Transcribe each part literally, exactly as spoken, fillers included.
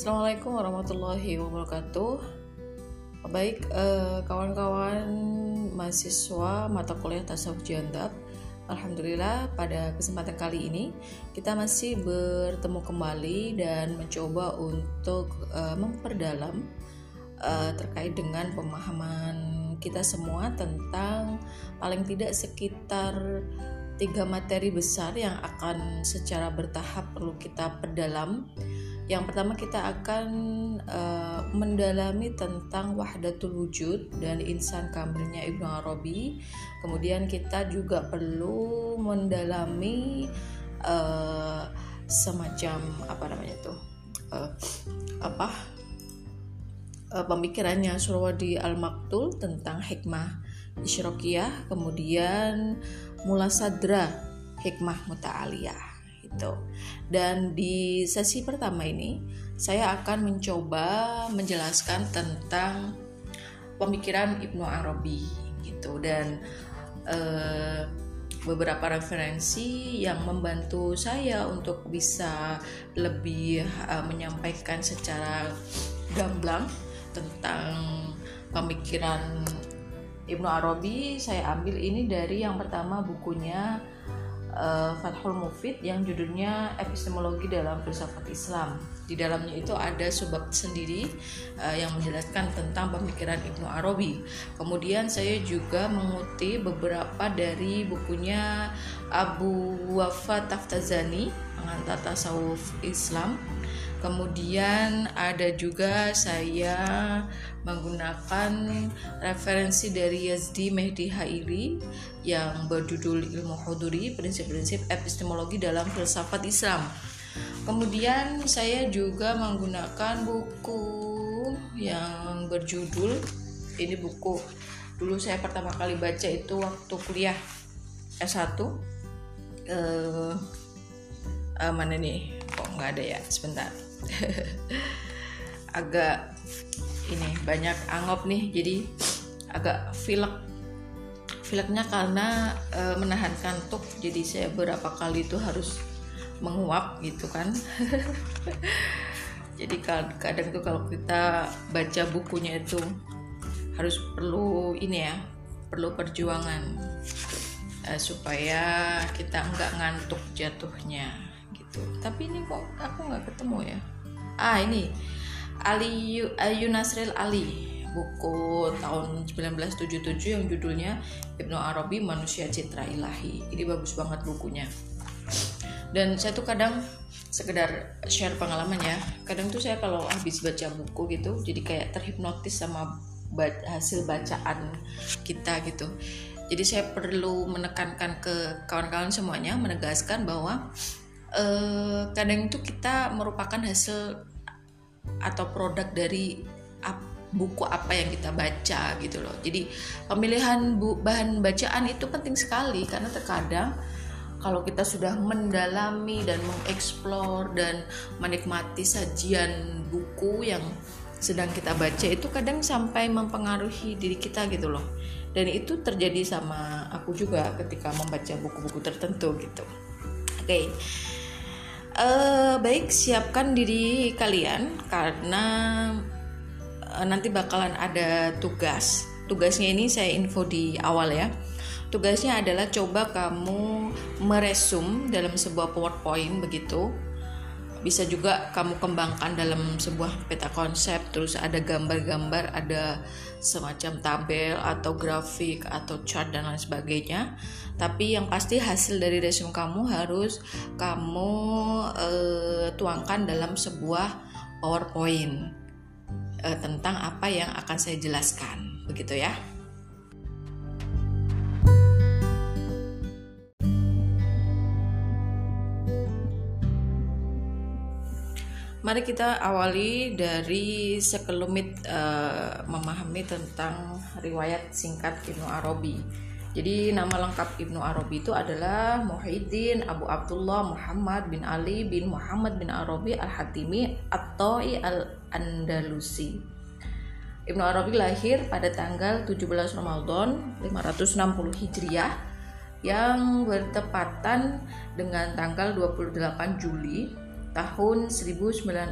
Assalamualaikum warahmatullahi wabarakatuh. Baik, eh, kawan-kawan mahasiswa mata kuliah Tasawuf Jandab, alhamdulillah pada kesempatan kali ini kita masih bertemu kembali dan mencoba untuk eh, memperdalam eh, terkait dengan pemahaman kita semua tentang paling tidak sekitar tiga materi besar yang akan secara bertahap perlu kita perdalam. Yang pertama kita akan uh, mendalami tentang wahdatul wujud dan insan kamilnya Ibnu Arabi. Kemudian kita juga perlu mendalami uh, semacam apa namanya tuh uh, apa uh, pemikirannya Surawadi Al-Maktul tentang hikmah Isyraqiyah, kemudian Mulasadra hikmah muta'aliyah. Dan di sesi pertama ini saya akan mencoba menjelaskan tentang pemikiran Ibnu Arabi gitu, dan eh, beberapa referensi yang membantu saya untuk bisa lebih eh, menyampaikan secara gamblang tentang pemikiran Ibnu Arabi. Saya ambil ini dari yang pertama bukunya Uh, Fathul Mufid yang judulnya Epistemologi dalam Filsafat Islam. Di dalamnya itu ada subbab sendiri uh, yang menjelaskan tentang pemikiran Ibnu Arabi. Kemudian saya juga mengutip beberapa dari bukunya Abu Wafa Taftazani, Pengantar Tasawuf Islam. Kemudian ada juga saya menggunakan referensi dari Yazdi Mehdi Haili yang berjudul Ilmu Huduri, Prinsip-prinsip Epistemologi dalam Filsafat Islam. Kemudian saya juga menggunakan buku yang berjudul, ini buku dulu saya pertama kali baca itu waktu kuliah S satu. Eh, eh, mana nih? Kok nggak ada ya? Sebentar. Agak ini banyak angop nih, jadi agak pilek pileknya karena e, menahan kantuk, jadi saya beberapa kali itu harus menguap gitu kan. Jadi kadang itu kalau kita baca bukunya itu harus perlu ini ya, perlu perjuangan e, supaya kita nggak ngantuk jatuhnya gitu. Tapi ini kok aku nggak ketemu ya. Ah ini Ali Yunasril Ali, buku tahun sembilan belas tujuh puluh tujuh yang judulnya Ibnu Arabi Manusia Citra Ilahi. Ini bagus banget bukunya. Dan saya tuh kadang sekedar share pengalaman ya. Kadang tuh saya kalau habis baca buku gitu, jadi kayak terhipnotis sama hasil bacaan kita gitu. Jadi saya perlu menekankan ke kawan-kawan semuanya, menegaskan bahwa eh, kadang itu kita merupakan hasil atau produk dari buku apa yang kita baca gitu loh. Jadi pemilihan bu, bahan bacaan itu penting sekali, karena terkadang kalau kita sudah mendalami dan mengeksplor dan menikmati sajian buku yang sedang kita baca, itu kadang sampai mempengaruhi diri kita gitu loh. Dan itu terjadi sama aku juga ketika membaca buku-buku tertentu gitu. Oke. Okay. Uh, baik, siapkan diri kalian karena uh, nanti bakalan ada tugas. Tugasnya ini saya info di awal ya. Tugasnya adalah coba kamu meresum dalam sebuah PowerPoint begitu. Bisa juga kamu kembangkan dalam sebuah peta konsep, terus ada gambar-gambar, ada semacam tabel atau grafik atau chart dan lain sebagainya. Tapi yang pasti hasil dari resume kamu harus kamu eh, tuangkan dalam sebuah PowerPoint eh, tentang apa yang akan saya jelaskan, begitu ya. Mari kita awali dari sekelumit uh, memahami tentang riwayat singkat Ibnu Arabi. Jadi nama lengkap Ibnu Arabi itu adalah Muhyiddin Abu Abdullah Muhammad bin Ali bin Muhammad bin Arabi Al-Hatimi At-Ta'i Al-Andalusi. Ibnu Arabi lahir pada tanggal tujuh belas Ramadan lima ratus enam puluh Hijriah yang bertepatan dengan tanggal dua puluh delapan Juli tahun seribu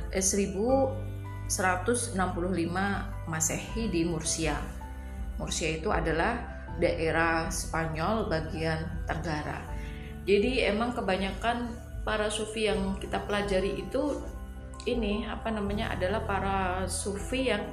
seratus enam puluh lima Masehi di Murcia. Murcia itu adalah daerah Spanyol bagian tenggara. Jadi emang kebanyakan para sufi yang kita pelajari itu ini apa namanya adalah para sufi yang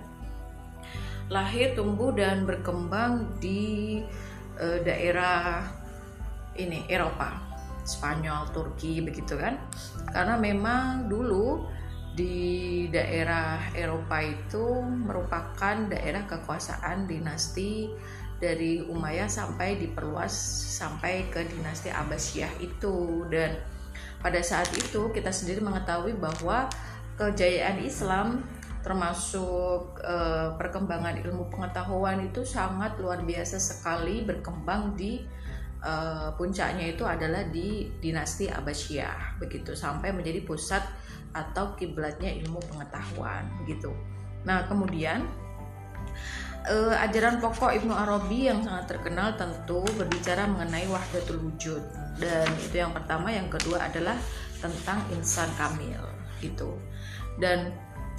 lahir, tumbuh dan berkembang di e, daerah ini Eropa, Spanyol, Turki begitu kan. Karena memang dulu di daerah Eropa itu merupakan daerah kekuasaan dinasti dari Umayyah sampai diperluas sampai ke dinasti Abbasiyah itu. Dan pada saat itu kita sendiri mengetahui bahwa kejayaan Islam termasuk eh, perkembangan ilmu pengetahuan itu sangat luar biasa sekali berkembang di eh, puncaknya itu adalah di dinasti Abbasiyah begitu, sampai menjadi pusat atau kiblatnya ilmu pengetahuan begitu. Nah, kemudian Uh, ajaran pokok Ibnu Arabi yang sangat terkenal tentu berbicara mengenai wahdatul wujud, dan itu yang pertama. Yang kedua adalah tentang insan kamil gitu. Dan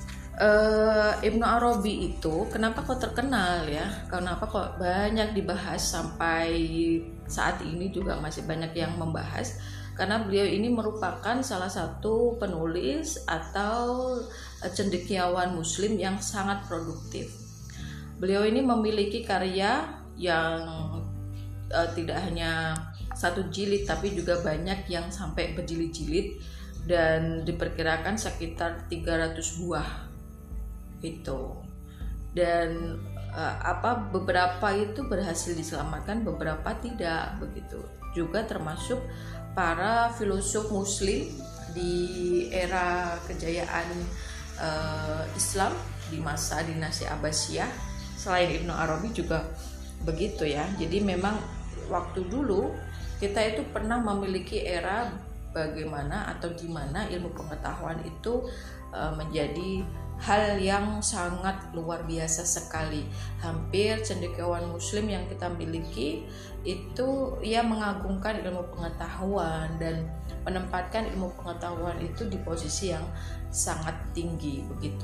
uh, Ibnu Arabi itu kenapa kok terkenal ya, kenapa kok banyak dibahas sampai saat ini juga masih banyak yang membahas, karena beliau ini merupakan salah satu penulis atau cendekiawan muslim yang sangat produktif. Beliau ini memiliki karya yang uh, tidak hanya satu jilid tapi juga banyak yang sampai berjilid-jilid, dan diperkirakan sekitar tiga ratus buah itu. Dan uh, apa beberapa itu berhasil diselamatkan, beberapa tidak begitu. Juga termasuk para filosof muslim di era kejayaan uh, Islam di masa dinasti Abbasiyah. Selain Ibnu Arabi juga begitu ya. Jadi memang waktu dulu kita itu pernah memiliki era bagaimana atau di mana ilmu pengetahuan itu e, menjadi hal yang sangat luar biasa sekali. Hampir cendekiawan muslim yang kita miliki itu ia mengagungkan ilmu pengetahuan dan menempatkan ilmu pengetahuan itu di posisi yang sangat tinggi begitu.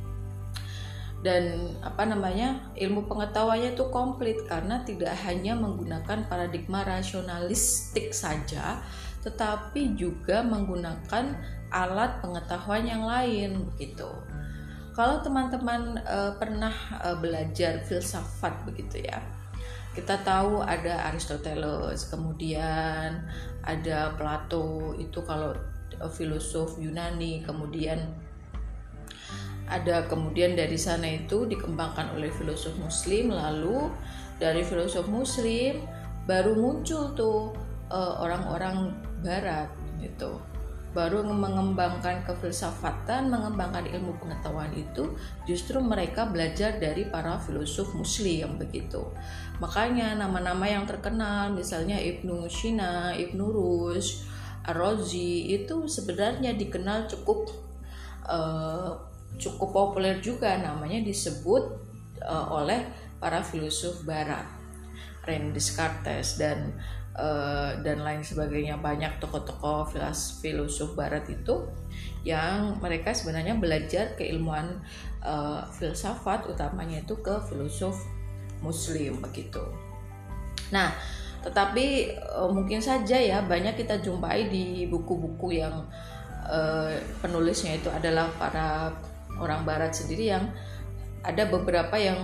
Dan apa namanya ilmu pengetahuannya itu komplit karena tidak hanya menggunakan paradigma rasionalistik saja, tetapi juga menggunakan alat pengetahuan yang lain begitu. Kalau teman-teman e, pernah e, belajar filsafat begitu ya, kita tahu ada Aristoteles, kemudian ada Plato itu kalau e, filosof Yunani, kemudian ada kemudian dari sana itu dikembangkan oleh filosof muslim, lalu dari filosof muslim baru muncul tuh uh, orang-orang barat gitu, baru mengembangkan kefilsafatan, mengembangkan ilmu pengetahuan itu justru mereka belajar dari para filosof muslim begitu. Makanya nama-nama yang terkenal misalnya Ibnu Sina, Ibnu Rushd, Ar-Razi itu sebenarnya dikenal cukup uh, cukup populer juga, namanya disebut uh, oleh para filosof barat, René Descartes dan uh, dan lain sebagainya. Banyak tokoh-tokoh filosof barat itu yang mereka sebenarnya belajar keilmuan uh, filsafat utamanya itu ke filosof muslim begitu. Nah, tetapi uh, mungkin saja ya banyak kita jumpai di buku-buku yang uh, penulisnya itu adalah para orang barat sendiri, yang ada beberapa yang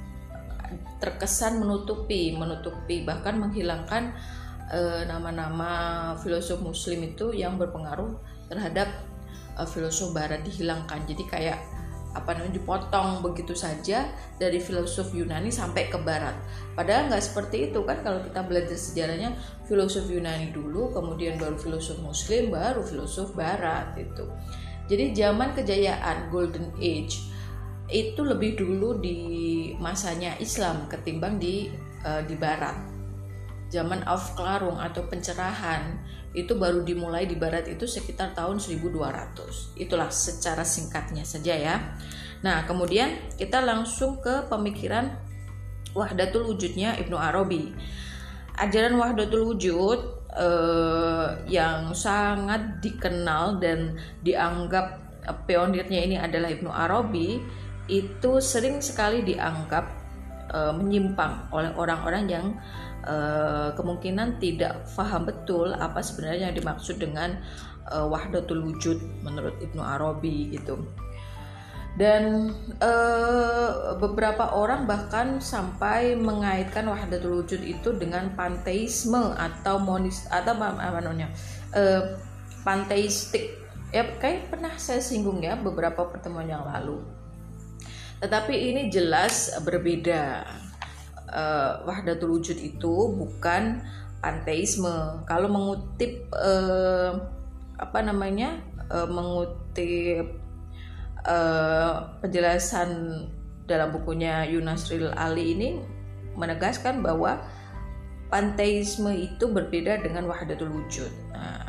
terkesan menutupi menutupi bahkan menghilangkan e, nama-nama filosof muslim itu yang berpengaruh terhadap e, filosof barat, dihilangkan. Jadi kayak apa namanya dipotong begitu saja dari filosof Yunani sampai ke barat. Padahal nggak seperti itu kan, kalau kita belajar sejarahnya filosof Yunani dulu, kemudian baru filosof muslim, baru filosof barat itu. Jadi zaman kejayaan Golden Age itu lebih dulu di masanya Islam ketimbang di uh, di Barat. Zaman Aufklärung atau pencerahan itu baru dimulai di Barat itu sekitar tahun seribu dua ratus. Itulah secara singkatnya saja ya. Nah, kemudian kita langsung ke pemikiran wahdatul wujudnya Ibnu Arabi. Ajaran wahdatul wujud uh, yang sangat dikenal dan dianggap uh, pionirnya ini adalah Ibnu Arabi, itu sering sekali dianggap uh, menyimpang oleh orang-orang yang uh, kemungkinan tidak paham betul apa sebenarnya yang dimaksud dengan uh, wahdatul wujud menurut Ibnu Arabi gitu. Dan uh, beberapa orang bahkan sampai mengaitkan wahdatul wujud itu dengan panteisme atau monis atau apa namanya uh, panteistik. Ya kayak pernah saya singgung ya beberapa pertemuan yang lalu. Tetapi ini jelas berbeda. Uh, wahdatul wujud itu bukan panteisme. Kalau mengutip uh, apa namanya uh, mengutip Uh, penjelasan dalam bukunya Yunasril Ali ini menegaskan bahwa panteisme itu berbeda dengan wahdatul wujud. Nah,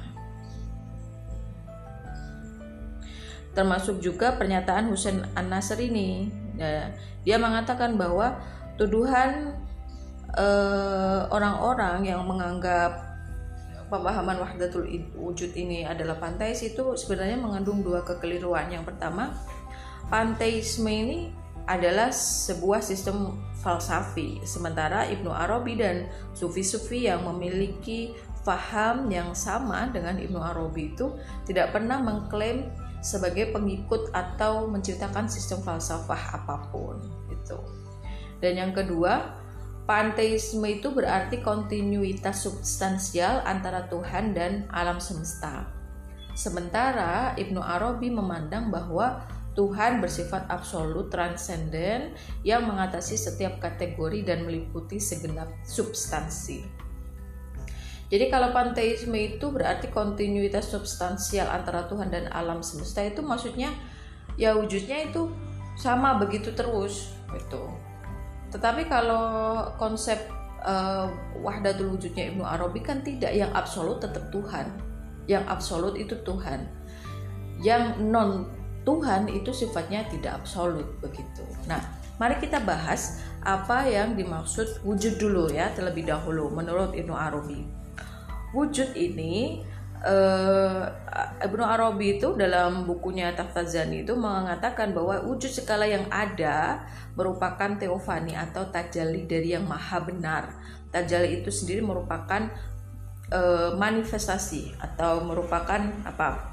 termasuk juga pernyataan Husain An-Nasr ini. Nah, dia mengatakan bahwa tuduhan uh, orang-orang yang menganggap pemahaman wahdatul wujud ini adalah panteis itu sebenarnya mengandung dua kekeliruan. Yang pertama, panteisme ini adalah sebuah sistem falsafi, sementara Ibnu Arabi dan sufi-sufi yang memiliki faham yang sama dengan Ibnu Arabi itu tidak pernah mengklaim sebagai pengikut atau menciptakan sistem falsafah apapun itu. Dan yang kedua, panteisme itu berarti kontinuitas substansial antara Tuhan dan alam semesta. Sementara Ibnu Arabi memandang bahwa Tuhan bersifat absolut transenden yang mengatasi setiap kategori dan meliputi segenap substansi. Jadi kalau panteisme itu berarti kontinuitas substansial antara Tuhan dan alam semesta, itu maksudnya ya wujudnya itu sama begitu terus gitu. Tetapi kalau konsep uh, wahdatul wujudnya Ibnu Arabi kan tidak, yang absolut tetap Tuhan. Yang absolut itu Tuhan. Yang non Tuhan itu sifatnya tidak absolut begitu. Nah, mari kita bahas apa yang dimaksud wujud dulu ya terlebih dahulu menurut Ibnu Arabi. Wujud ini uh, Ibnu Arabi itu dalam bukunya Taftazani itu mengatakan bahwa wujud segala yang ada merupakan teofani atau tajalli dari yang maha benar. Tajalli itu sendiri merupakan uh, manifestasi atau merupakan apa?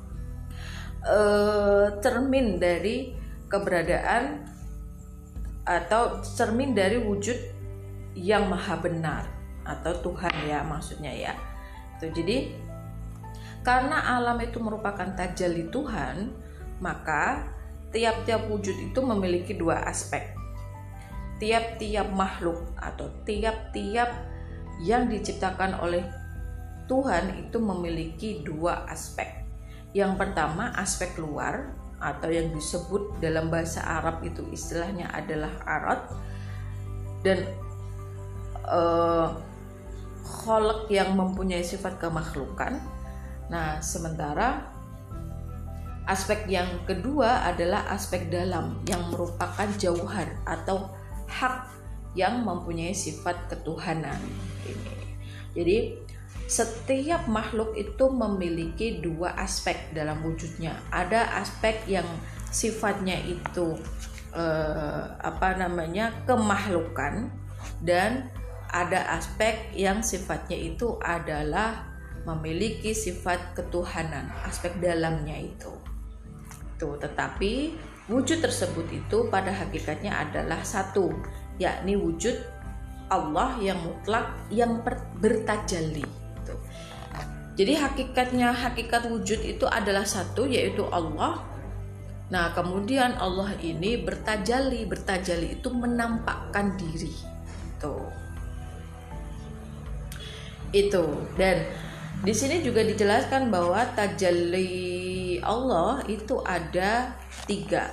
Uh, cermin dari keberadaan atau cermin dari wujud yang maha benar atau Tuhan ya maksudnya ya. Itu jadi karena alam itu merupakan tajalli Tuhan, maka tiap-tiap wujud itu memiliki dua aspek. Tiap-tiap makhluk atau tiap-tiap yang diciptakan oleh Tuhan itu memiliki dua aspek. Yang pertama aspek luar atau yang disebut dalam bahasa Arab itu istilahnya adalah arad, dan uh, kholq yang mempunyai sifat kemakhlukan. Nah, sementara aspek yang kedua adalah aspek dalam yang merupakan jauhar atau hak yang mempunyai sifat ketuhanan. Ini. Jadi setiap makhluk itu memiliki dua aspek dalam wujudnya. Ada aspek yang sifatnya itu eh, apa namanya kemakhlukan, dan ada aspek yang sifatnya itu adalah memiliki sifat ketuhanan, aspek dalamnya itu. Tuh, tetapi wujud tersebut itu pada hakikatnya adalah satu, yakni wujud Allah yang mutlak yang bertajalli. Tuh. Jadi hakikatnya hakikat wujud itu adalah satu, yaitu Allah. Nah, kemudian Allah ini bertajalli, bertajalli itu menampakkan diri. Tuh. Itu, dan di sini juga dijelaskan bahwa tajalli Allah itu ada tiga.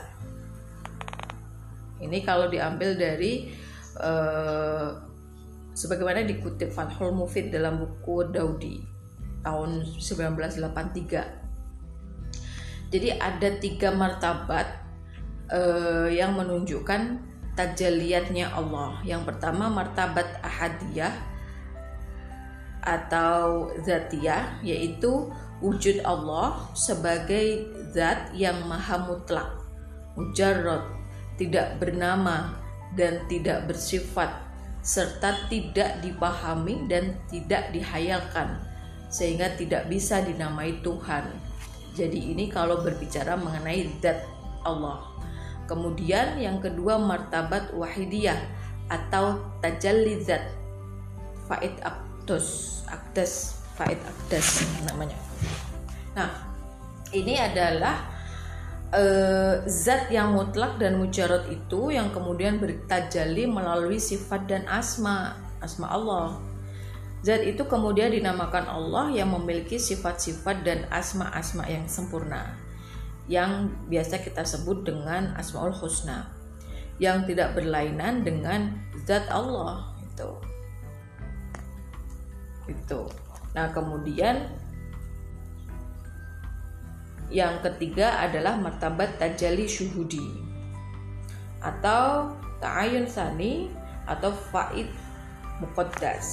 Ini kalau diambil dari uh, sebagaimana dikutip Fathul Mufid dalam buku Daudi tahun sembilan belas delapan puluh tiga. Jadi ada tiga martabat uh, yang menunjukkan tajalliyatnya Allah. Yang pertama martabat ahadiyah, atau zatiyah, yaitu wujud Allah sebagai zat yang maha mutlak, mujarrad, tidak bernama dan tidak bersifat, serta tidak dipahami dan tidak dihayalkan, sehingga tidak bisa dinamai Tuhan. Jadi ini kalau berbicara mengenai zat Allah. Kemudian yang kedua, martabat wahidiyah atau tajalli zat, faid akdos, akdas, faid akdas namanya. Nah, ini adalah uh, zat yang mutlak dan mujarrad itu yang kemudian bertajalli melalui sifat dan asma, asma Allah. Zat itu kemudian dinamakan Allah yang memiliki sifat-sifat dan asma-asma yang sempurna, yang biasa kita sebut dengan Asmaul Husna, yang tidak berlainan dengan zat Allah itu. Itu. Nah, kemudian yang ketiga adalah martabat tajalli syuhudi atau ta'ayun tsani atau faid muqaddas.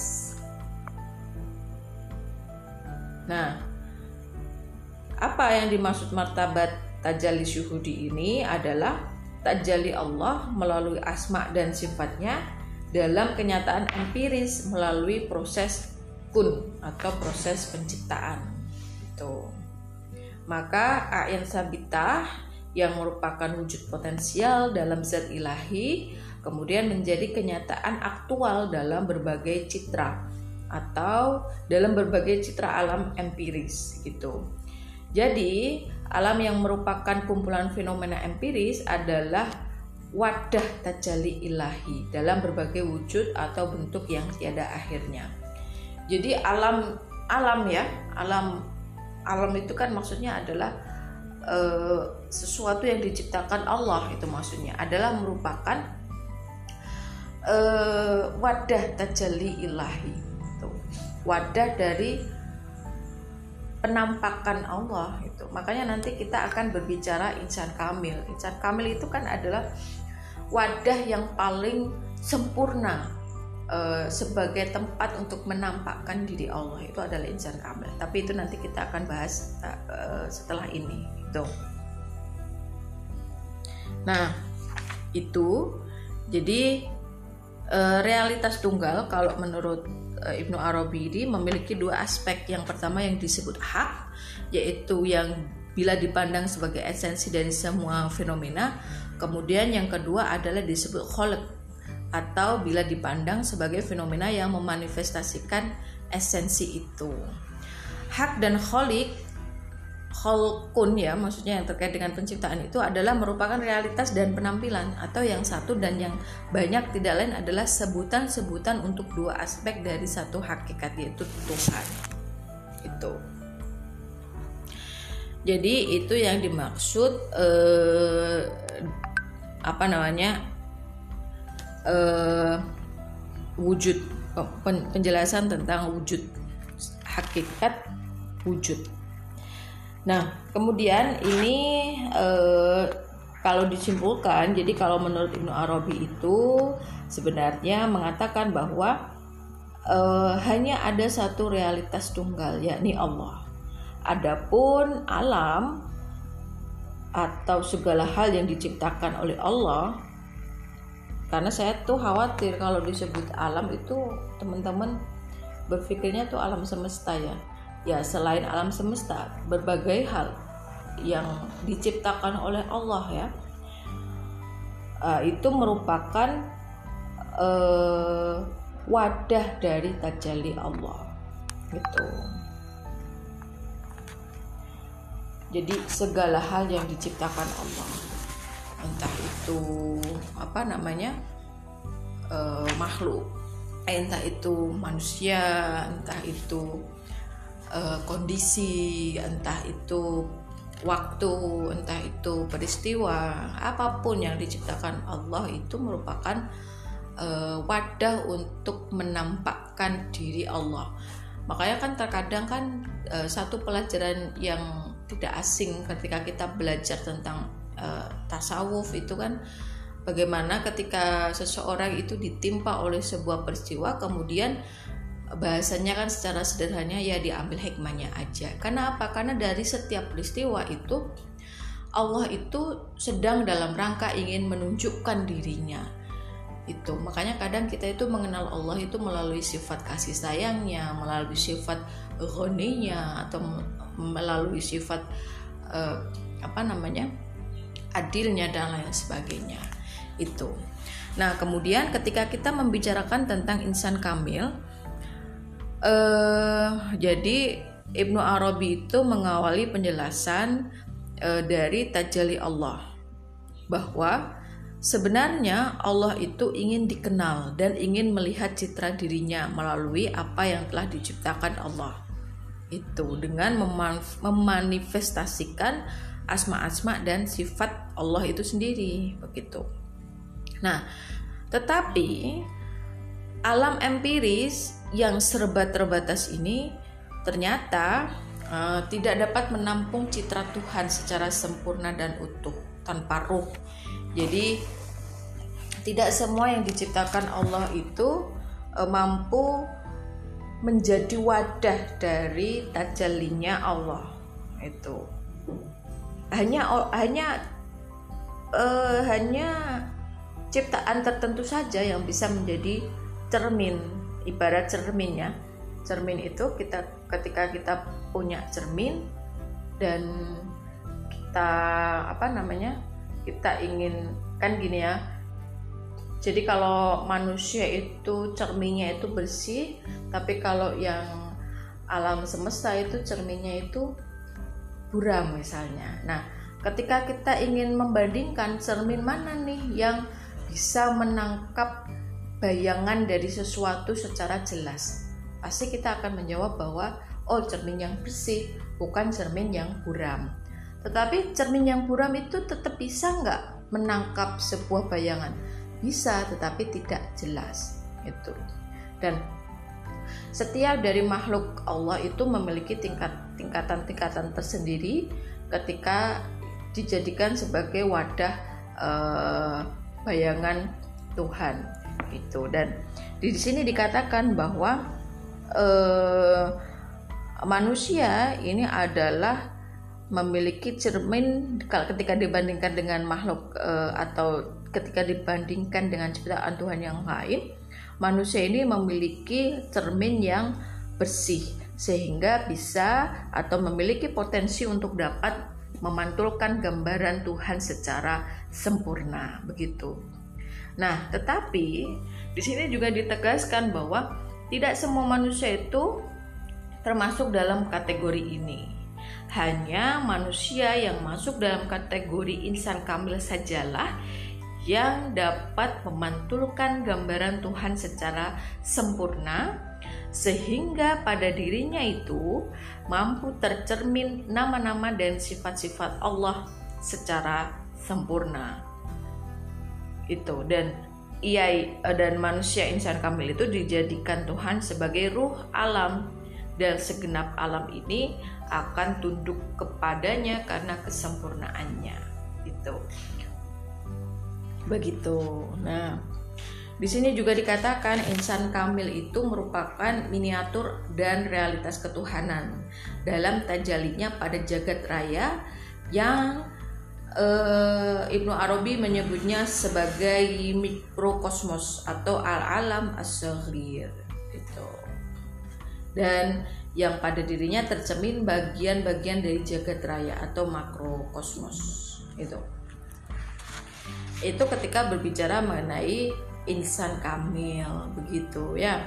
Nah, apa yang dimaksud martabat tajalli syuhudi ini adalah tajalli Allah melalui asma dan sifatnya dalam kenyataan empiris melalui proses kun atau proses penciptaan. Itu. Maka a'yan sabitah yang merupakan wujud potensial dalam zat ilahi kemudian menjadi kenyataan aktual dalam berbagai citra atau dalam berbagai citra alam empiris gitu. Jadi alam yang merupakan kumpulan fenomena empiris adalah wadah tajalli ilahi dalam berbagai wujud atau bentuk yang tiada akhirnya. Jadi alam alam ya alam alam itu kan maksudnya adalah e, sesuatu yang diciptakan Allah, itu maksudnya adalah merupakan e, wadah tajalli ilahi, itu wadah dari penampakan Allah itu. Makanya nanti kita akan berbicara insan kamil. Insan kamil itu kan adalah wadah yang paling sempurna Uh, sebagai tempat untuk menampakkan diri Allah, itu adalah insan kamil. Tapi itu nanti kita akan bahas uh, setelah ini gitu. Nah, itu jadi uh, realitas tunggal kalau menurut uh, Ibnu Arabi ini memiliki dua aspek. Yang pertama yang disebut hak, yaitu yang bila dipandang sebagai esensi dari semua fenomena. Kemudian yang kedua adalah disebut kholq, atau bila dipandang sebagai fenomena yang memanifestasikan esensi itu. Hak dan kholik, kholqun ya, maksudnya yang terkait dengan penciptaan itu adalah merupakan realitas dan penampilan, atau yang satu dan yang banyak tidak lain adalah sebutan-sebutan untuk dua aspek dari satu hakikat, yaitu Tuhan. Itu. Jadi itu yang dimaksud eh, apa namanya? Uh, wujud, penjelasan tentang wujud, hakikat wujud. Nah, kemudian ini uh, kalau disimpulkan, jadi kalau menurut Ibnu Arabi itu sebenarnya mengatakan bahwa uh, hanya ada satu realitas tunggal, yakni Allah. Adapun alam atau segala hal yang diciptakan oleh Allah, karena saya tuh khawatir kalau disebut alam itu teman-teman berpikirnya tuh alam semesta ya. Ya selain alam semesta, berbagai hal yang diciptakan oleh Allah ya, uh, itu merupakan uh, wadah dari tajalli Allah gitu. Jadi segala hal yang diciptakan Allah, entah itu apa namanya e, makhluk, entah itu manusia, entah itu e, kondisi, entah itu waktu, entah itu peristiwa, apapun yang diciptakan Allah itu merupakan e, wadah untuk menampakkan diri Allah. Makanya kan terkadang kan e, satu pelajaran yang tidak asing ketika kita belajar tentang Uh, tasawuf itu kan bagaimana ketika seseorang itu ditimpa oleh sebuah peristiwa kemudian bahasanya kan secara sederhana ya diambil hikmahnya aja. Karena apa? Karena dari setiap peristiwa itu Allah itu sedang dalam rangka ingin menunjukkan dirinya. Itu makanya kadang kita itu mengenal Allah itu melalui sifat kasih sayangnya, melalui sifat ghaninya, atau melalui sifat eh, apa namanya adilnya dan lain sebagainya. Itu. Nah, kemudian ketika kita membicarakan tentang insan kamil, eh, jadi Ibnu Arabi itu mengawali penjelasan eh, dari tajalli Allah bahwa sebenarnya Allah itu ingin dikenal dan ingin melihat citra dirinya melalui apa yang telah diciptakan Allah. Itu dengan memanf- memanifestasikan asma-asma dan sifat Allah itu sendiri, begitu. Nah, tetapi alam empiris yang serba terbatas ini ternyata uh, tidak dapat menampung citra Tuhan secara sempurna dan utuh tanpa ruh. Jadi tidak semua yang diciptakan Allah itu e, mampu menjadi wadah dari tajallinya Allah. Itu hanya hanya e, hanya ciptaan tertentu saja yang bisa menjadi cermin, ibarat cermin ya. Cermin itu kita ketika kita punya cermin dan kita apa namanya kita ingin kan gini ya, jadi kalau manusia itu cerminnya itu bersih, tapi kalau yang alam semesta itu cerminnya itu buram misalnya. Nah, ketika kita ingin membandingkan cermin mana nih yang bisa menangkap bayangan dari sesuatu secara jelas, pasti kita akan menjawab bahwa oh, cermin yang bersih, bukan cermin yang buram. Tetapi cermin yang buram itu tetap bisa nggak menangkap sebuah bayangan? Bisa, tetapi tidak jelas. Itu. Dan setiap dari makhluk Allah itu memiliki tingkat tingkatan-tingkatan tersendiri ketika dijadikan sebagai wadah eh, bayangan Tuhan. Itu. Dan di sini dikatakan bahwa eh, manusia ini adalah memiliki cermin ketika dibandingkan dengan makhluk e, atau ketika dibandingkan dengan ciptaan Tuhan yang lain, manusia ini memiliki cermin yang bersih sehingga bisa atau memiliki potensi untuk dapat memantulkan gambaran Tuhan secara sempurna, begitu. Nah, tetapi di sini juga ditegaskan bahwa tidak semua manusia itu termasuk dalam kategori ini. Hanya manusia yang masuk dalam kategori insan kamil sajalah yang dapat memantulkan gambaran Tuhan secara sempurna, sehingga pada dirinya itu mampu tercermin nama-nama dan sifat-sifat Allah secara sempurna. Itu. Dan ia dan manusia insan kamil itu dijadikan Tuhan sebagai ruh alam, dan segenap alam ini akan tunduk kepadanya karena kesempurnaannya. Itu. Begitu. Nah, di sini juga dikatakan insan kamil itu merupakan miniatur dan realitas ketuhanan dalam tajallinya pada jagat raya yang eh, Ibnu Arabi menyebutnya sebagai mikrokosmos atau al-alam as-saghir. Itu. Dan yang pada dirinya tercermin bagian-bagian dari jagat raya atau makrokosmos. Itu. Itu ketika berbicara mengenai insan kamil, begitu ya.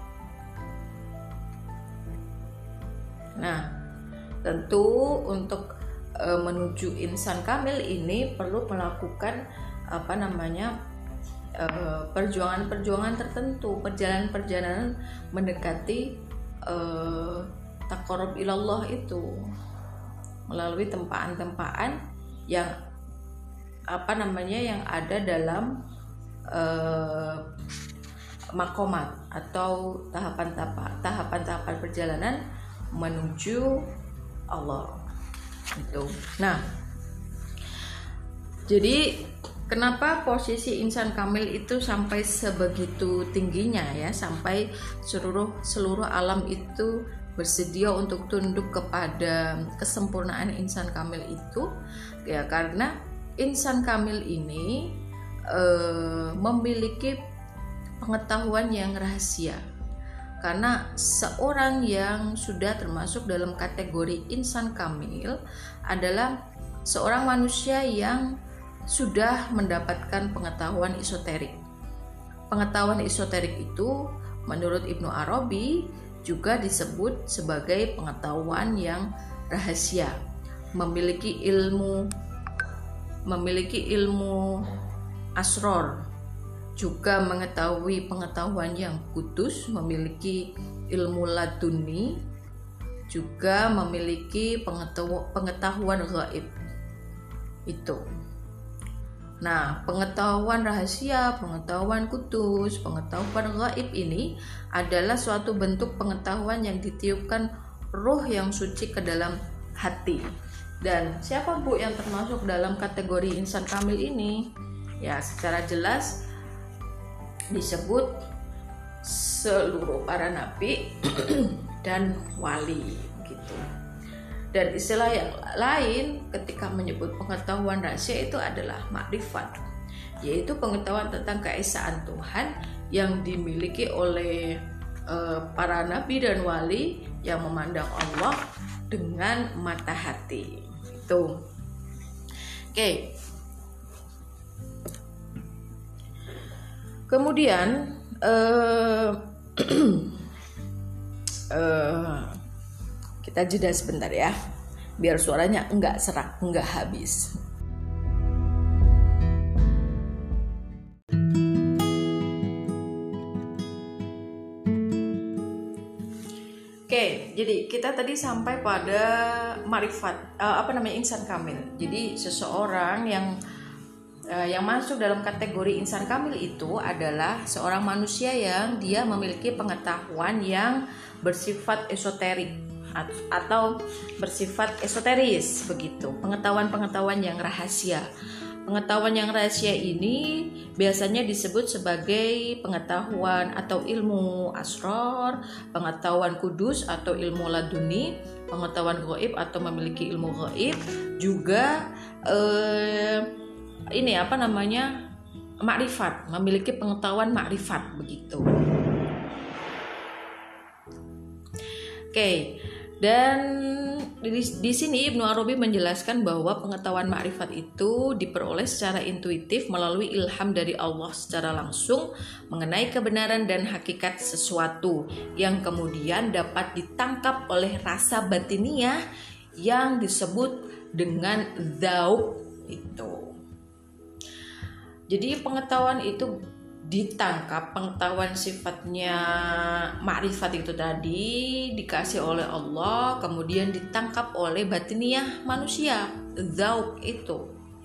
Nah, tentu untuk e, menuju insan kamil ini perlu melakukan apa namanya e, perjuangan-perjuangan tertentu, perjalanan-perjalanan mendekati Uh, taqarrub ilallah itu melalui tempaan-tempaan yang apa namanya yang ada dalam uh, makomat atau tahapan-tahapan tahapan-tahapan perjalanan menuju Allah itu. Nah, jadi Kenapa posisi insan kamil itu sampai sebegitu tingginya ya, sampai seluruh seluruh alam itu bersedia untuk tunduk kepada kesempurnaan insan kamil itu? Ya karena insan kamil ini eh, memiliki pengetahuan yang rahasia. Karena seorang yang sudah termasuk dalam kategori insan kamil adalah seorang manusia yang sudah mendapatkan pengetahuan esoterik. Pengetahuan esoterik itu menurut Ibnu Arabi juga disebut sebagai pengetahuan yang rahasia, memiliki ilmu memiliki ilmu asror, juga mengetahui pengetahuan yang kudus, memiliki ilmu laduni, juga memiliki pengetahuan gaib. Itu. Nah, pengetahuan rahasia, pengetahuan kudus, pengetahuan gaib ini adalah suatu bentuk pengetahuan yang ditiupkan ruh yang suci ke dalam hati. Dan siapa Bu yang termasuk dalam kategori insan kamil ini? Ya, secara jelas disebut seluruh para nabi dan wali gitu. Dan istilah yang lain ketika menyebut pengetahuan rahasia itu adalah makrifat, yaitu pengetahuan tentang keesaan Tuhan yang dimiliki oleh e, para nabi dan wali yang memandang Allah dengan mata hati. Itu. Oke. Kemudian eh, eh, kita jeda sebentar ya, biar suaranya enggak serak, enggak habis. Oke, jadi kita tadi sampai pada makrifat, uh, apa namanya insan kamil. Jadi seseorang yang uh, yang masuk dalam kategori insan kamil itu adalah seorang manusia yang dia memiliki pengetahuan yang bersifat esoterik atau bersifat esoteris begitu, pengetahuan-pengetahuan yang rahasia. Pengetahuan yang rahasia ini biasanya disebut sebagai pengetahuan atau ilmu asror, pengetahuan kudus atau ilmu laduni, pengetahuan gaib atau memiliki ilmu gaib, juga eh, ini apa namanya makrifat, memiliki pengetahuan makrifat begitu. Oke. Okay. Dan di, di sini Ibnu Arabi menjelaskan bahwa pengetahuan makrifat itu diperoleh secara intuitif melalui ilham dari Allah secara langsung mengenai kebenaran dan hakikat sesuatu yang kemudian dapat ditangkap oleh rasa batiniah yang disebut dengan dzauq itu. Jadi pengetahuan itu ditangkap, pengetahuan sifatnya makrifat itu tadi dikasih oleh Allah, kemudian ditangkap oleh batiniah manusia, dzauq itu.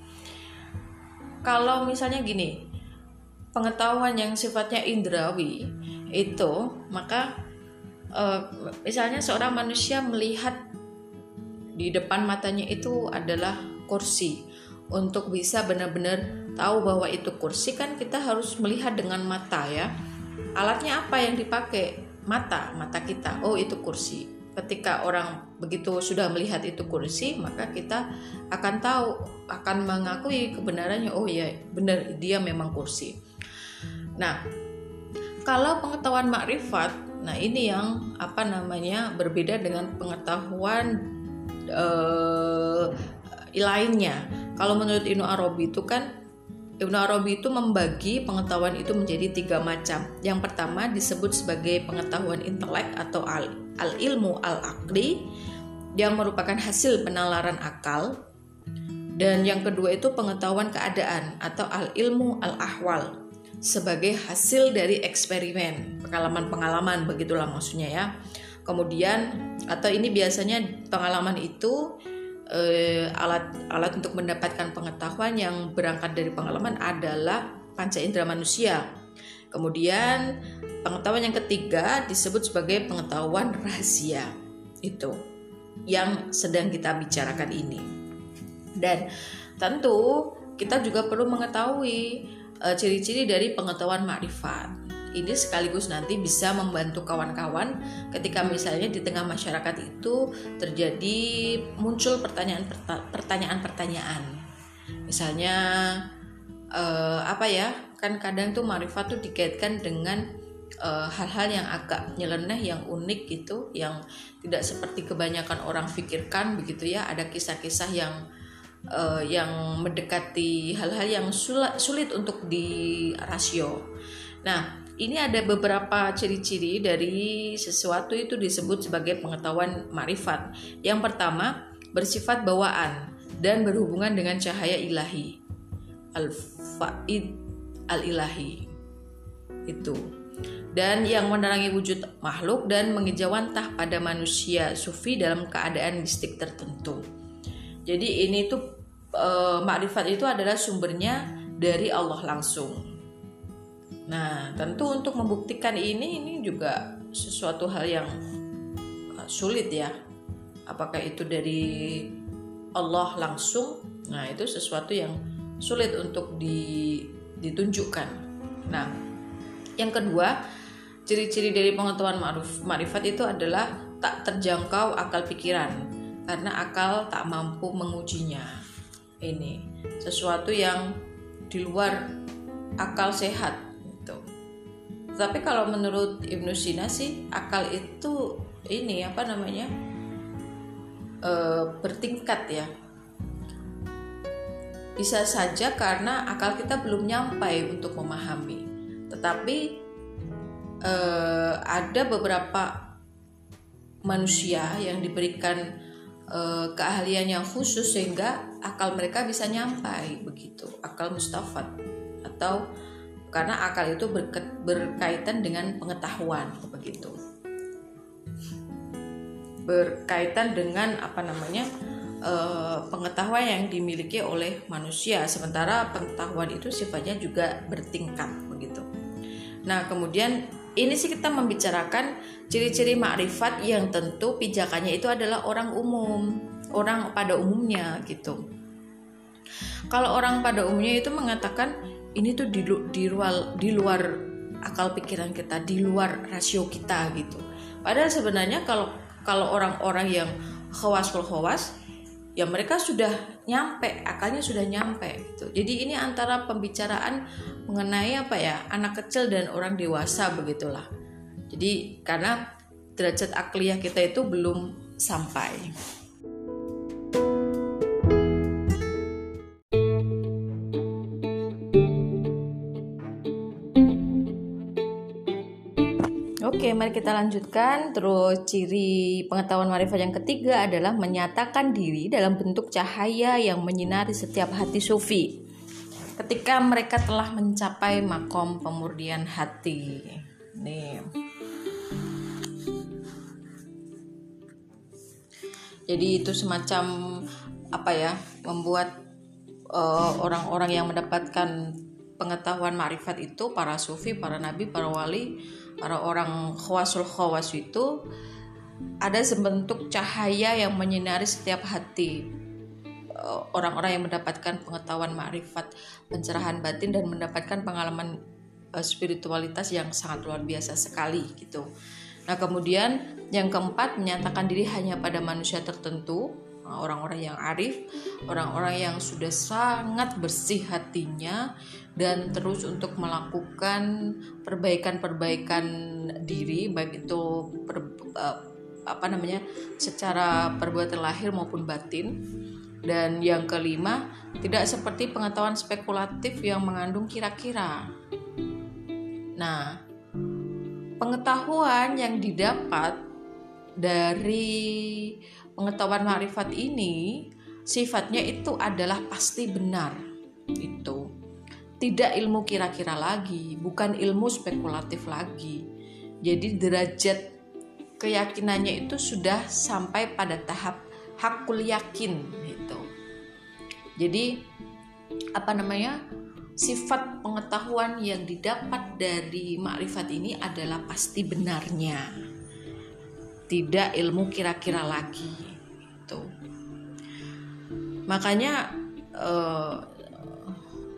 Kalau misalnya gini, pengetahuan yang sifatnya indrawi itu, maka e, misalnya seorang manusia melihat di depan matanya itu adalah kursi. Untuk bisa benar-benar tahu bahwa itu kursi kan kita harus melihat dengan mata ya. Alatnya apa yang dipakai? Mata, mata kita. Oh, itu kursi. Ketika orang begitu sudah melihat itu kursi, maka kita akan tahu, akan mengakui kebenarannya. Oh ya, benar, dia memang kursi. Nah, kalau pengetahuan makrifat, nah ini yang apa namanya berbeda dengan pengetahuan eh, lainnya. Kalau menurut Ibnu Arabi itu kan Ibnu Arabi itu membagi pengetahuan itu menjadi tiga macam. Yang pertama disebut sebagai pengetahuan intelek atau al, al-ilmu al-aqli yang merupakan hasil penalaran akal. Dan yang kedua itu pengetahuan keadaan atau al-ilmu al-ahwal sebagai hasil dari eksperimen, pengalaman-pengalaman begitulah maksudnya ya. Kemudian atau ini biasanya pengalaman itu Eh, alat alat untuk mendapatkan pengetahuan yang berangkat dari pengalaman adalah panca indera manusia. Kemudian pengetahuan yang ketiga disebut sebagai pengetahuan rahasia, itu yang sedang kita bicarakan ini. Dan tentu kita juga perlu mengetahui uh, ciri-ciri dari pengetahuan makrifat. Ini sekaligus nanti bisa membantu kawan-kawan ketika misalnya di tengah masyarakat itu terjadi muncul pertanyaan-pertanyaan. Misalnya eh, apa ya? Kan kadang tuh makrifat tuh dikaitkan dengan eh, hal-hal yang agak nyeleneh, yang unik gitu, yang tidak seperti kebanyakan orang pikirkan begitu ya. Ada kisah-kisah yang eh, yang mendekati hal-hal yang sulit, sulit untuk dirasio. Nah, ini ada beberapa ciri-ciri dari sesuatu itu disebut sebagai pengetahuan makrifat. Yang pertama, bersifat bawaan dan berhubungan dengan cahaya ilahi. Al-Faid al-ilahi. Itu. Dan yang menerangi wujud makhluk dan mengejawantah pada manusia sufi dalam keadaan mistik tertentu. Jadi ini tuh e, makrifat itu adalah sumbernya dari Allah langsung. Nah, tentu untuk membuktikan ini ini juga sesuatu hal yang sulit ya. Apakah itu dari Allah langsung? Nah, itu sesuatu yang sulit untuk ditunjukkan. Nah, yang kedua, ciri-ciri dari pengetahuan makrifat itu adalah tak terjangkau akal pikiran karena akal tak mampu mengujinya. Ini sesuatu yang di luar akal sehat. Tapi kalau menurut Ibnu Sina sih akal itu ini apa namanya e, bertingkat ya. Bisa saja karena akal kita belum nyampai untuk memahami. Tetapi e, ada beberapa manusia yang diberikan e, keahlian yang khusus sehingga akal mereka bisa nyampai begitu. Akal mustafad atau karena akal itu berkaitan dengan pengetahuan begitu, berkaitan dengan apa namanya e, pengetahuan yang dimiliki oleh manusia, sementara pengetahuan itu sifatnya juga bertingkat begitu. Nah, kemudian ini sih kita membicarakan ciri-ciri makrifat yang tentu pijakannya itu adalah orang umum, orang pada umumnya gitu. Kalau orang pada umumnya itu mengatakan ini tuh di, di luar di luar akal pikiran kita, di luar rasio kita gitu. Padahal sebenarnya kalau kalau orang-orang yang khawasul khawas, ya mereka sudah nyampe, akalnya sudah nyampe gitu. Jadi ini antara pembicaraan mengenai apa ya, anak kecil dan orang dewasa begitulah. Jadi karena derajat akliyah kita itu belum sampai. Oke, mari kita lanjutkan. Terus ciri pengetahuan makrifat yang ketiga adalah menyatakan diri dalam bentuk cahaya yang menyinari setiap hati sufi ketika mereka telah mencapai makom pemurnian hati. Nih. Jadi itu semacam apa ya, membuat uh, orang-orang yang mendapatkan pengetahuan makrifat itu, para sufi, para nabi, para wali, para orang khawasul khawas itu ada sebentuk cahaya yang menyinari setiap hati. Orang-orang yang mendapatkan pengetahuan makrifat, pencerahan batin dan mendapatkan pengalaman spiritualitas yang sangat luar biasa sekali gitu. Nah, kemudian yang keempat, menyatakan diri hanya pada manusia tertentu, orang-orang yang arif, orang-orang yang sudah sangat bersih hatinya dan terus untuk melakukan perbaikan-perbaikan diri, baik itu per, apa namanya secara perbuatan lahir maupun batin. Dan yang kelima, tidak seperti pengetahuan spekulatif yang mengandung kira-kira. Nah, pengetahuan yang didapat dari pengetahuan makrifat ini sifatnya itu adalah pasti benar. Itu tidak ilmu kira-kira lagi, bukan ilmu spekulatif lagi. Jadi derajat keyakinannya itu sudah sampai pada tahap hakul yakin gitu. Jadi apa namanya? Sifat pengetahuan yang didapat dari makrifat ini adalah pasti benarnya. Tidak ilmu kira-kira lagi gitu. Makanya eh,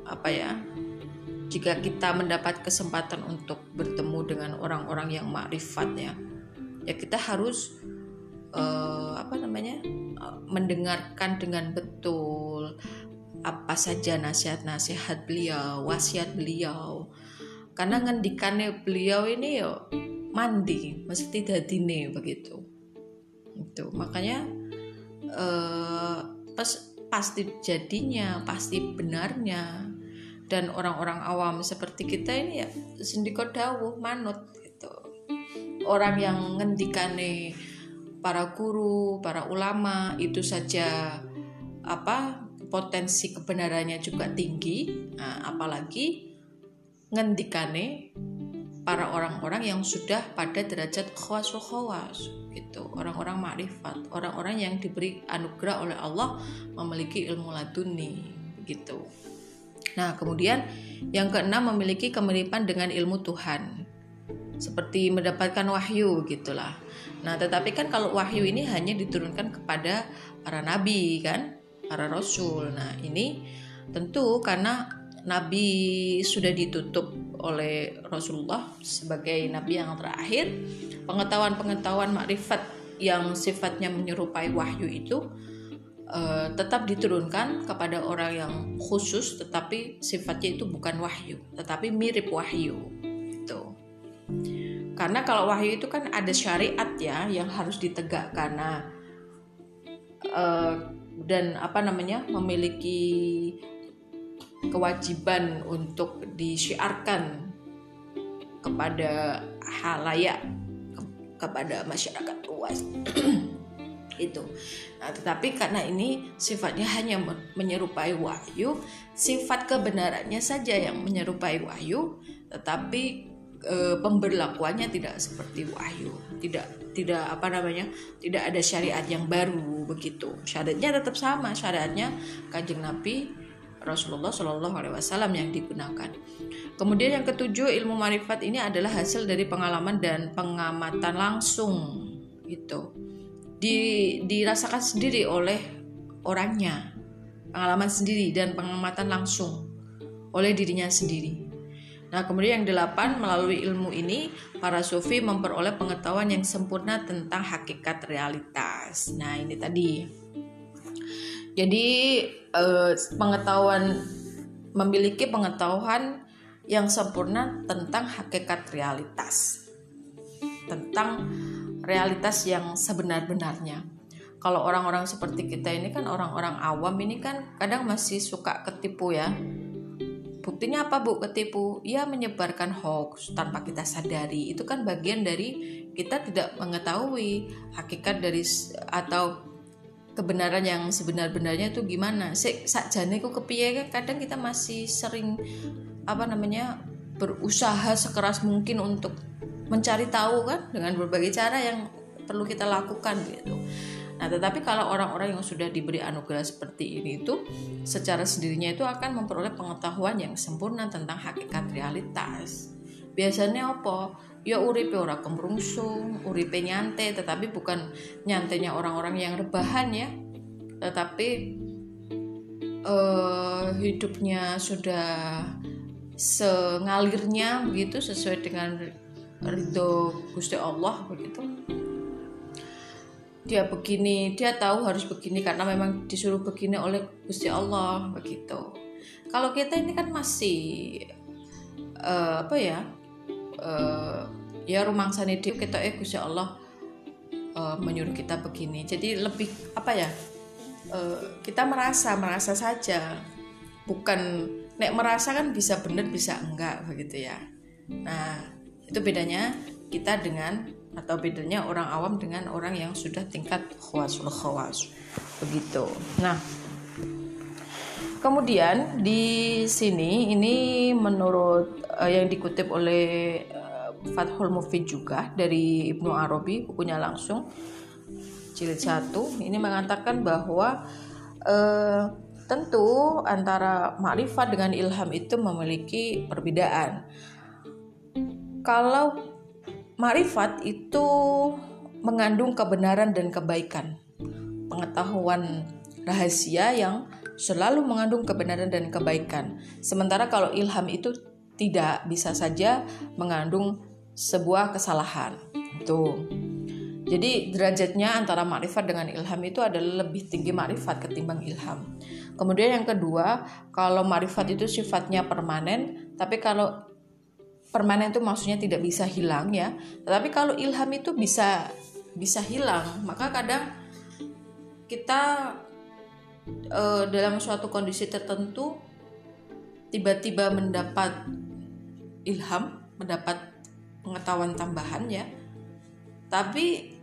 apa ya, jika kita mendapat kesempatan untuk bertemu dengan orang-orang yang makrifat ya, ya kita harus uh, apa namanya uh, mendengarkan dengan betul apa saja nasihat-nasihat beliau, wasiat beliau. Karena ngendikane beliau ini yo mandi, mesti dadine begitu. Itu makanya uh, pas, pasti jadinya, pasti benarnya. Dan orang-orang awam seperti kita ini ya sendiko dawuh manut gitu. Orang yang ngendikane para guru, para ulama itu saja apa potensi kebenarannya juga tinggi. Nah, apalagi ngendikane para orang-orang yang sudah pada derajat khawasul khawas gitu, orang-orang makrifat, orang-orang yang diberi anugerah oleh Allah memiliki ilmu laduni begitu. Nah, kemudian yang keenam memiliki kemiripan dengan ilmu Tuhan. Seperti mendapatkan wahyu gitulah. Nah, tetapi kan kalau wahyu ini hanya diturunkan kepada para nabi kan, para rasul. Nah, ini tentu karena nabi sudah ditutup oleh Rasulullah sebagai nabi yang terakhir, pengetahuan-pengetahuan makrifat yang sifatnya menyerupai wahyu itu Uh, tetap diturunkan kepada orang yang khusus, tetapi sifatnya itu bukan wahyu, tetapi mirip wahyu gitu. Karena kalau wahyu itu kan ada syariat ya yang harus ditegakkan, nah, uh, dan apa namanya memiliki kewajiban untuk disyiarkan kepada halayak, ke- kepada masyarakat luas. Itu. Nah, tetapi karena ini sifatnya hanya menyerupai wahyu, sifat kebenarannya saja yang menyerupai wahyu, tetapi e, pemberlakuannya tidak seperti wahyu. Tidak tidak apa namanya? Tidak ada syariat yang baru begitu. Syariatnya tetap sama, syariatnya Kanjeng Nabi Rasulullah Shallallahu Alaihi Wasallam yang digunakan. Kemudian yang ketujuh, ilmu marifat ini adalah hasil dari pengalaman dan pengamatan langsung gitu. Di, dirasakan sendiri oleh orangnya, pengalaman sendiri dan pengamatan langsung oleh dirinya sendiri. Nah, kemudian yang delapan, melalui ilmu ini para sufi memperoleh pengetahuan yang sempurna tentang hakikat realitas. Nah, ini tadi. Jadi eh, pengetahuan memiliki pengetahuan yang sempurna tentang hakikat realitas, tentang realitas yang sebenar-benarnya. Kalau orang-orang seperti kita ini kan orang-orang awam ini kan kadang masih suka ketipu ya. Buktinya apa Bu ketipu? Ya menyebarkan hoax tanpa kita sadari. Itu kan bagian dari kita tidak mengetahui hakikat dari atau kebenaran yang sebenar-benarnya itu gimana. Sakjane ku kepiye kan kadang kita masih sering apa namanya berusaha sekeras mungkin untuk mencari tahu kan dengan berbagai cara yang perlu kita lakukan gitu. Nah, tetapi kalau orang-orang yang sudah diberi anugerah seperti ini itu secara sendirinya itu akan memperoleh pengetahuan yang sempurna tentang hakikat realitas. Biasanya apa? Ya uripe ora kemrungsung, uripe nyantai, tetapi bukan nyantainya orang-orang yang rebahan ya. Tetapi eh, hidupnya sudah sengalirnya begitu sesuai dengan ridho Gusti Allah begitu. Dia begini, dia tahu harus begini karena memang disuruh begini oleh Gusti Allah begitu. Kalau kita ini kan masih uh, apa ya? Uh, ya rumangsane dhewe ketok eh Gusti Allah uh, menyuruh kita begini. Jadi lebih apa ya? Uh, kita merasa merasa saja. Bukan nek merasa kan bisa benar bisa enggak begitu ya. Nah, itu bedanya kita dengan atau bedanya orang awam dengan orang yang sudah tingkat khawasul khawas begitu. Nah, kemudian di sini ini menurut uh, yang dikutip oleh uh, Fathul Mufid juga dari Ibnu Arabi, bukunya langsung jilid satu, ini mengatakan bahwa uh, tentu antara makrifat dengan ilham itu memiliki perbedaan. Kalau makrifat itu mengandung kebenaran dan kebaikan, pengetahuan rahasia yang selalu mengandung kebenaran dan kebaikan. Sementara kalau ilham itu tidak, bisa saja mengandung sebuah kesalahan. Tuh. Jadi derajatnya antara makrifat dengan ilham itu adalah lebih tinggi makrifat ketimbang ilham. Kemudian yang kedua, kalau makrifat itu sifatnya permanen, tapi kalau permanen itu maksudnya tidak bisa hilang ya. Tetapi kalau ilham itu bisa bisa hilang, maka kadang kita eh, dalam suatu kondisi tertentu tiba-tiba mendapat ilham, mendapat pengetahuan tambahan ya. Tapi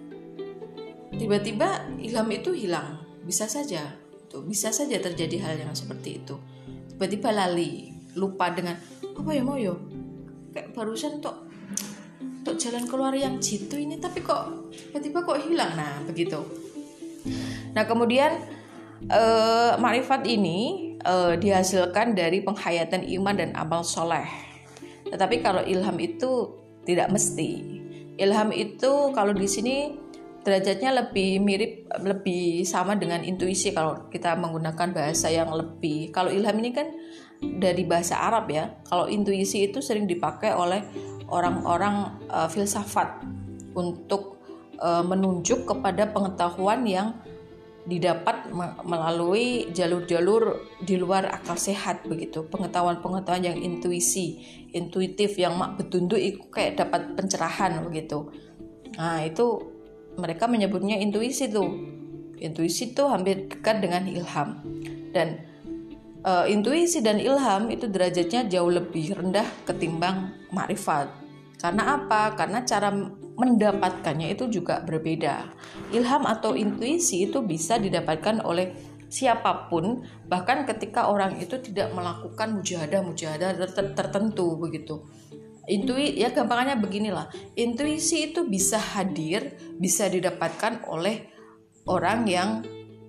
tiba-tiba ilham itu hilang, bisa saja, tuh bisa saja terjadi hal yang seperti itu. Tiba-tiba lali, lupa dengan apa ya mau yo, kayak barusan tuh, tuh jalan keluar yang jitu ini, tapi kok tiba-tiba kok hilang, nah begitu. Nah kemudian eh, makrifat ini eh, dihasilkan dari penghayatan iman dan amal soleh. Tetapi kalau ilham itu tidak mesti. Ilham itu kalau di sini derajatnya lebih mirip, lebih sama dengan intuisi kalau kita menggunakan bahasa yang lebih. Kalau ilham ini kan dari bahasa Arab ya. Kalau intuisi itu sering dipakai oleh orang-orang uh, filsafat untuk uh, menunjuk kepada pengetahuan yang didapat melalui jalur-jalur di luar akal sehat begitu. Pengetahuan-pengetahuan yang intuisi, intuitif, yang mak betunduk itu kayak dapat pencerahan begitu. Nah itu mereka menyebutnya intuisi tuh. Intuisi tuh hampir dekat dengan ilham. Dan uh, intuisi dan ilham itu derajatnya jauh lebih rendah ketimbang makrifat. Karena apa? Karena cara mendapatkannya itu juga berbeda. Ilham atau intuisi itu bisa didapatkan oleh siapapun, bahkan ketika orang itu tidak melakukan mujahadah-mujahadah tertentu begitu. Intui ya gampangnya beginilah. Intuisi itu bisa hadir, bisa didapatkan oleh orang yang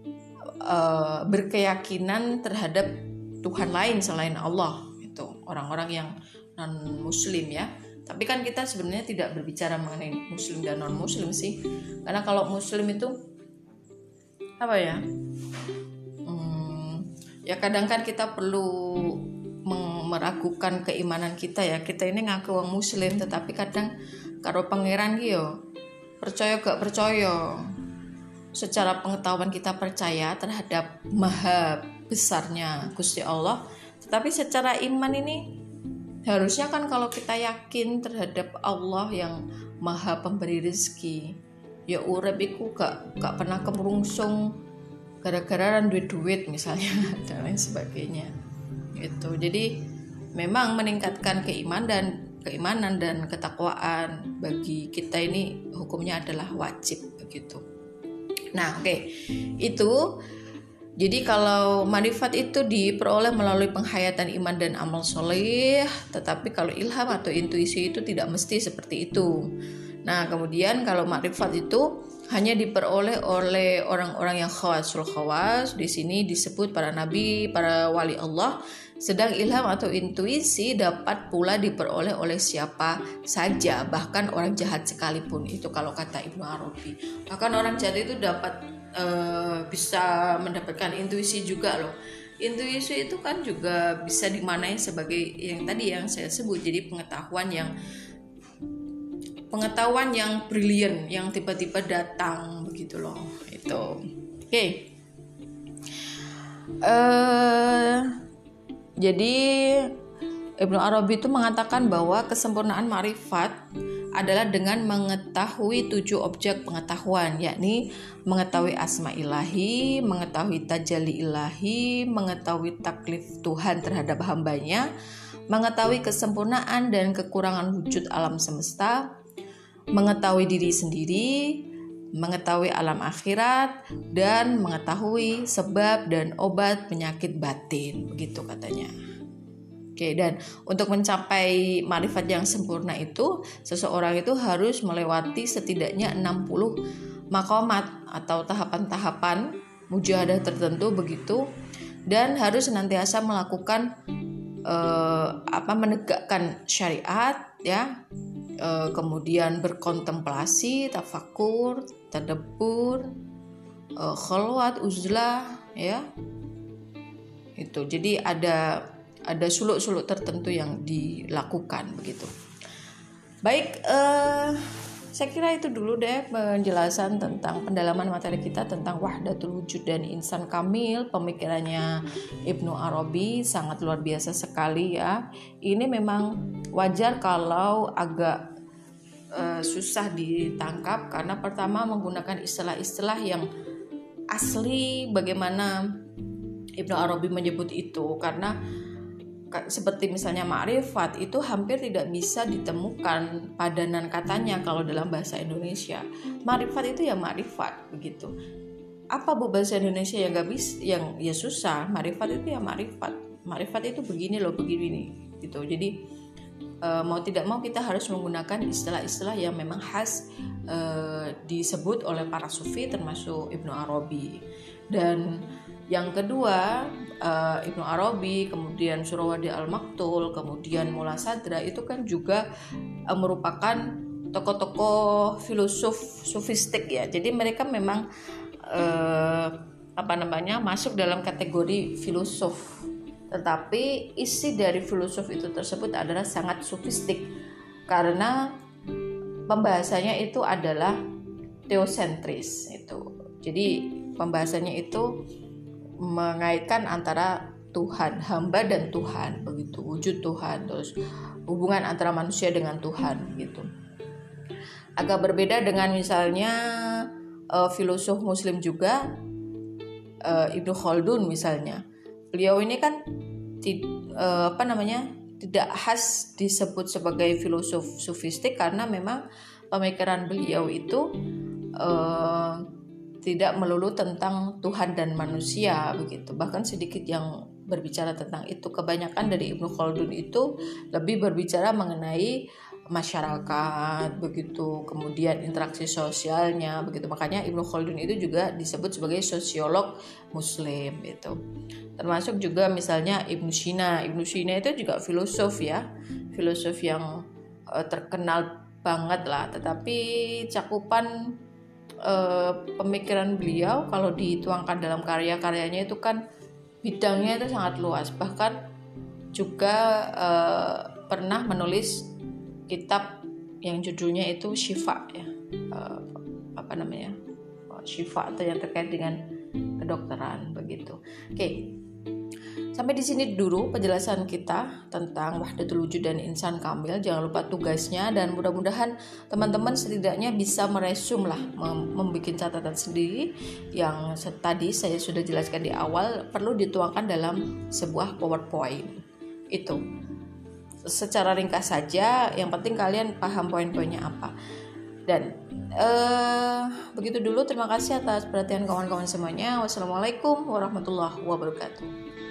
uh, berkeyakinan terhadap Tuhan lain selain Allah itu, orang-orang yang non muslim ya. Tapi kan kita sebenarnya tidak berbicara mengenai muslim dan non muslim sih. Karena kalau muslim itu apa ya? Hmm, ya kadang kan kita perlu meragukan keimanan kita ya. Kita ini ngaku orang muslim, tetapi kadang karo pangeran gitu percaya gak percaya. Secara pengetahuan kita percaya terhadap maha besarnya Gusti Allah, tetapi secara iman ini harusnya kan kalau kita yakin terhadap Allah yang maha pemberi rezeki, ya urip iku gak gak pernah kemrungsung gara-gara duit-duit misalnya dan lain sebagainya. Gitu. Jadi memang meningkatkan keimanan dan keimanan dan ketakwaan bagi kita ini hukumnya adalah wajib begitu. Nah, oke. Okay. Itu jadi kalau makrifat itu diperoleh melalui penghayatan iman dan amal soleh, tetapi kalau ilham atau intuisi itu tidak mesti seperti itu. Nah kemudian kalau makrifat itu hanya diperoleh oleh orang-orang yang khawasul khawas, di sini disebut para nabi, para wali Allah. Sedang ilham atau intuisi dapat pula diperoleh oleh siapa saja, bahkan orang jahat sekalipun. Itu kalau kata Ibnu Arabi. Bahkan orang jahat itu dapat e, bisa mendapatkan intuisi juga loh. Intuisi itu kan juga bisa dimaknai sebagai yang tadi yang saya sebut, jadi pengetahuan yang pengetahuan yang brilian, yang tiba-tiba datang begitu loh. Itu. Oke. Okay. Uh, Jadi Ibnu Arabi itu mengatakan bahwa kesempurnaan ma'rifat adalah dengan mengetahui tujuh objek pengetahuan, yakni mengetahui asma ilahi, mengetahui tajalli ilahi, mengetahui taklif Tuhan terhadap hambanya, mengetahui kesempurnaan dan kekurangan wujud alam semesta, mengetahui diri sendiri, mengetahui alam akhirat, dan mengetahui sebab dan obat penyakit batin, begitu katanya. Oke, dan untuk mencapai makrifat yang sempurna itu, seseorang itu harus melewati setidaknya enam puluh maqamat atau tahapan-tahapan mujahadah tertentu begitu, dan harus senantiasa melakukan eh, apa menegakkan syariat ya. Uh, kemudian berkontemplasi, tafakur, tadabbur, uh, khalwat, uzlah, ya, Itu. Jadi ada ada suluk-suluk tertentu yang dilakukan begitu. Baik, eh, saya kira itu dulu deh penjelasan tentang pendalaman materi kita tentang wahdatul wujud dan insan kamil. Pemikirannya Ibnu Arabi sangat luar biasa sekali ya. Ini memang wajar kalau agak uh, susah ditangkap karena pertama menggunakan istilah-istilah yang asli bagaimana Ibnu Arabi menyebut itu, karena seperti misalnya ma'rifat itu hampir tidak bisa ditemukan padanan katanya kalau dalam bahasa Indonesia. Ma'rifat itu ya ma'rifat begitu. Apa bu bahasa Indonesia yang gak bisa, yang ya susah. Ma'rifat itu ya ma'rifat. Ma'rifat itu begini loh, begini gitu. Jadi e, mau tidak mau kita harus menggunakan istilah-istilah yang memang khas e, disebut oleh para sufi termasuk Ibnu Arabi. Dan yang kedua, uh, Ibnu Arabi, kemudian Surawadi Al-Maktul, kemudian Mulla Sadra itu kan juga uh, merupakan tokoh-tokoh filosof sufistik ya. Jadi mereka memang uh, apa namanya masuk dalam kategori filosof. Tetapi isi dari filosof itu tersebut adalah sangat sufistik karena pembahasannya itu adalah teosentris itu. Jadi pembahasannya itu mengaitkan antara Tuhan, hamba dan Tuhan begitu, wujud Tuhan, terus hubungan antara manusia dengan Tuhan gitu. Agak berbeda dengan misalnya uh, filosof Muslim juga uh, Ibnu Khaldun misalnya. Beliau ini kan tid, uh, apa namanya tidak khas disebut sebagai filosof sufistik karena memang pemikiran beliau itu uh, tidak melulu tentang Tuhan dan manusia begitu. Bahkan sedikit yang berbicara tentang itu. Kebanyakan dari Ibnu Khaldun itu lebih berbicara mengenai masyarakat begitu, kemudian interaksi sosialnya begitu. Makanya Ibnu Khaldun itu juga disebut sebagai sosiolog Muslim itu. Termasuk juga misalnya Ibnu Sina. Ibnu Sina itu juga filosof ya, filosof yang uh, terkenal banget lah. Tetapi cakupan Uh, pemikiran beliau kalau dituangkan dalam karya-karyanya itu kan bidangnya itu sangat luas. Bahkan juga uh, pernah menulis kitab yang judulnya itu Syifa ya, uh, apa namanya Syifa itu yang terkait dengan kedokteran begitu. Oke, okay. Sampai di sini dulu penjelasan kita tentang wahdatul wujud dan insan kamil. Jangan lupa tugasnya dan mudah-mudahan teman-teman setidaknya bisa meresum lah, mem- membuat catatan sendiri yang tadi saya sudah jelaskan di awal perlu dituangkan dalam sebuah PowerPoint. Itu secara ringkas saja, yang penting kalian paham poin-poinnya apa. Dan eh, begitu dulu, terima kasih atas perhatian kawan-kawan semuanya. Wassalamualaikum warahmatullahi wabarakatuh.